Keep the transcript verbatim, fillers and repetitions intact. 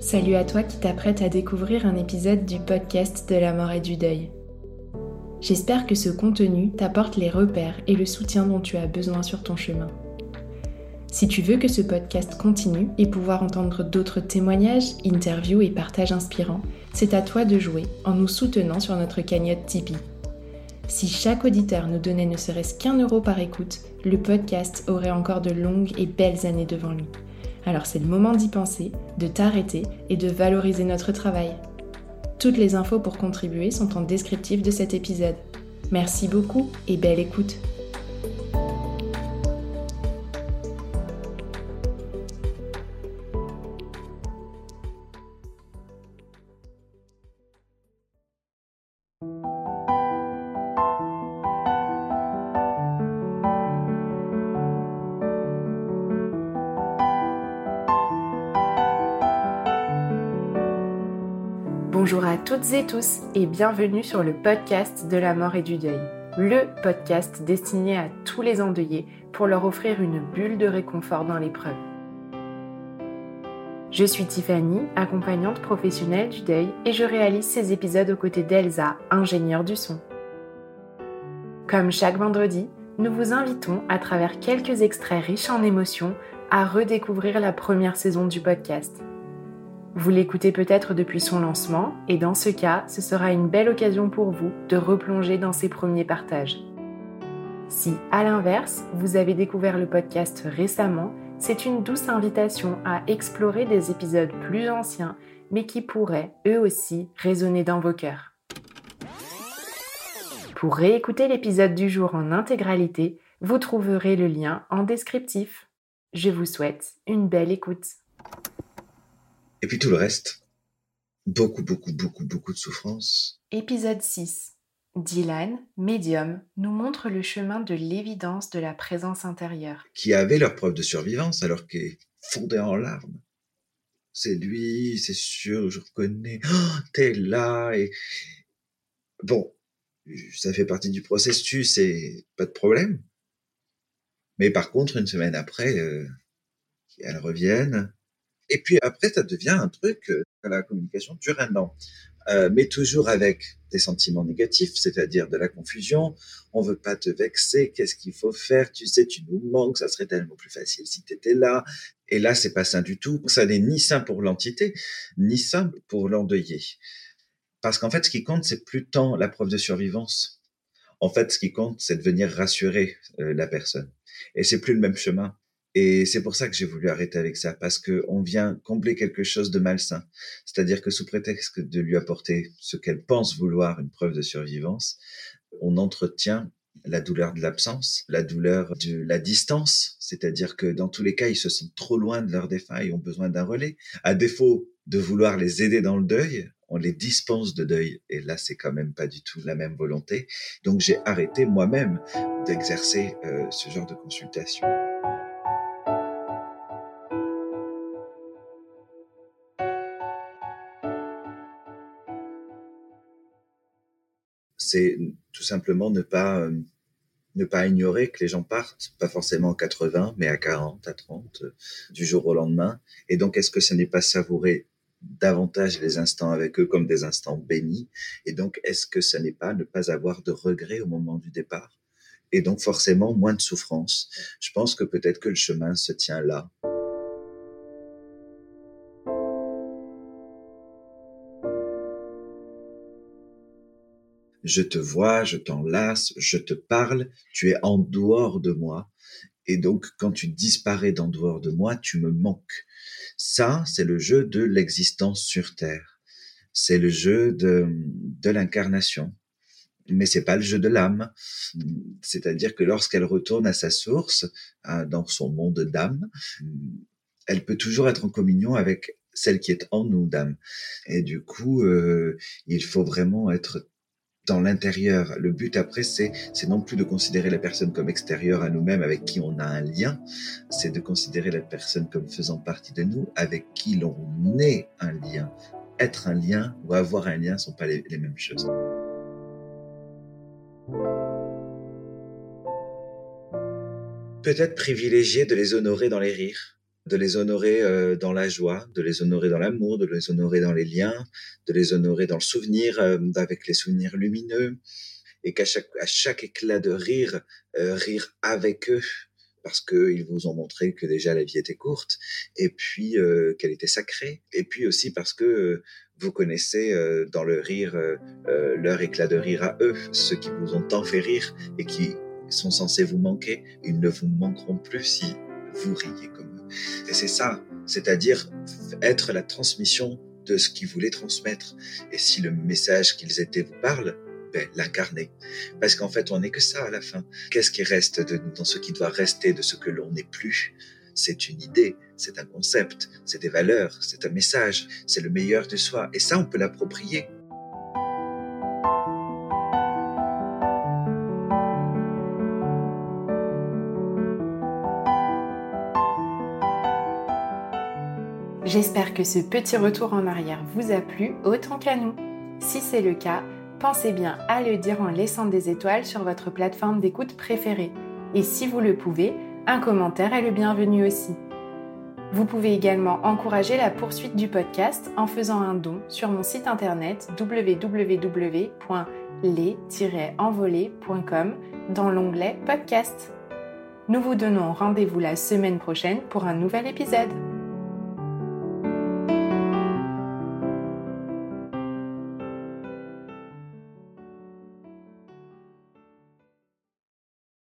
Salut à toi qui t'apprête à découvrir un épisode du podcast de la mort et du deuil. J'espère que ce contenu t'apporte les repères et le soutien dont tu as besoin sur ton chemin. Si tu veux que ce podcast continue et pouvoir entendre d'autres témoignages, interviews et partages inspirants, c'est à toi de jouer en nous soutenant sur notre cagnotte Tipeee. Si chaque auditeur nous donnait ne serait-ce qu'un euro par écoute, le podcast aurait encore de longues et belles années devant lui. Alors c'est le moment d'y penser, de t'arrêter et de valoriser notre travail. Toutes les infos pour contribuer sont en descriptif de cet épisode. Merci beaucoup et belle écoute. Bonjour à toutes et tous et bienvenue sur le podcast de la mort et du deuil, le podcast destiné à tous les endeuillés pour leur offrir une bulle de réconfort dans l'épreuve. Je suis Tiffany, accompagnante professionnelle du deuil et je réalise ces épisodes aux côtés d'Elsa, ingénieure du son. Comme chaque vendredi, nous vous invitons à travers quelques extraits riches en émotions à redécouvrir la première saison du podcast. Vous l'écoutez peut-être depuis son lancement et dans ce cas, ce sera une belle occasion pour vous de replonger dans ses premiers partages. Si, à l'inverse, vous avez découvert le podcast récemment, c'est une douce invitation à explorer des épisodes plus anciens, mais qui pourraient, eux aussi, résonner dans vos cœurs. Pour réécouter l'épisode du jour en intégralité, vous trouverez le lien en descriptif. Je vous souhaite une belle écoute. Et puis tout le reste, beaucoup, beaucoup, beaucoup, beaucoup de souffrance. Épisode six. Dylan, médium, nous montre le chemin de l'évidence de la présence intérieure. Qui avaient leur preuve de survivance alors qu'il est fondé en larmes. C'est lui, c'est sûr, je reconnais. Oh, t'es là et... Bon, ça fait partie du processus et pas de problème. Mais par contre, une semaine après, euh, elles reviennent. Et puis après, ça devient un truc, euh, la communication dure un an. Euh, mais toujours avec des sentiments négatifs, c'est-à-dire de la confusion. On veut pas te vexer. Qu'est-ce qu'il faut faire? Tu sais, tu nous manques. Ça serait tellement plus facile si tu étais là. Et là, c'est pas sain du tout. Ça n'est ni sain pour l'entité, ni sain pour l'endeuillé. Parce qu'en fait, ce qui compte, c'est plus tant la preuve de survivance. En fait, ce qui compte, c'est de venir rassurer euh, la personne. Et c'est plus le même chemin. Et c'est pour ça que j'ai voulu arrêter avec ça, parce que on vient combler quelque chose de malsain. C'est-à-dire que sous prétexte de lui apporter ce qu'elle pense vouloir, une preuve de survivance, on entretient la douleur de l'absence, la douleur de la distance. C'est-à-dire que dans tous les cas, ils se sentent trop loin de leurs défunts et ont besoin d'un relais. À défaut de vouloir les aider dans le deuil, on les dispense de deuil. Et là, c'est quand même pas du tout la même volonté. Donc, j'ai arrêté moi-même d'exercer euh, ce genre de consultation. C'est tout simplement ne pas euh, ne pas ignorer que les gens partent, pas forcément à quatre-vingts, mais à quarante, à trente, euh, du jour au lendemain. Et donc, est-ce que ce n'est pas savourer davantage les instants avec eux comme des instants bénis? Et donc, est-ce que ce n'est pas ne pas avoir de regrets au moment du départ? Et donc, forcément, moins de souffrance. Je pense que peut-être que le chemin se tient là. Je te vois, je t'enlace, je te parle, tu es en dehors de moi. Et donc, quand tu disparais d'en dehors de moi, tu me manques. Ça, c'est le jeu de l'existence sur Terre. C'est le jeu de, de l'incarnation. Mais c'est pas le jeu de l'âme. C'est-à-dire que lorsqu'elle retourne à sa source, dans son monde d'âme, elle peut toujours être en communion avec celle qui est en nous d'âme. Et du coup, euh, il faut vraiment être dans l'intérieur. Le but après, c'est, c'est non plus de considérer la personne comme extérieure à nous-mêmes, avec qui on a un lien, c'est de considérer la personne comme faisant partie de nous, avec qui l'on est un lien. Être un lien ou avoir un lien ne sont pas les, les mêmes choses. Peut-être privilégier de les honorer dans les rires. de les honorer euh, dans la joie, de les honorer dans l'amour, de les honorer dans les liens, de les honorer dans le souvenir, euh, avec les souvenirs lumineux, et qu'à chaque, à chaque éclat de rire, euh, rire avec eux, parce qu'ils vous ont montré que déjà la vie était courte, et puis euh, qu'elle était sacrée, et puis aussi parce que euh, vous connaissez euh, dans le rire euh, euh, leur éclat de rire à eux, ceux qui vous ont tant fait rire et qui sont censés vous manquer, ils ne vous manqueront plus si vous riez comme eux. Et c'est ça, c'est-à-dire être la transmission de ce qu'ils voulaient transmettre. Et si le message qu'ils étaient vous parle, ben, l'incarner. Parce qu'en fait, on n'est que ça à la fin. Qu'est-ce qui reste de nous, dans ce qui doit rester de ce que l'on n'est plus? C'est une idée, c'est un concept, c'est des valeurs, c'est un message, c'est le meilleur de soi. Et ça, on peut l'approprier. J'espère que ce petit retour en arrière vous a plu autant qu'à nous. Si c'est le cas, pensez bien à le dire en laissant des étoiles sur votre plateforme d'écoute préférée. Et si vous le pouvez, un commentaire est le bienvenu aussi. Vous pouvez également encourager la poursuite du podcast en faisant un don sur mon site internet w w w point les tiret envolés point com dans l'onglet podcast. Nous vous donnons rendez-vous la semaine prochaine pour un nouvel épisode.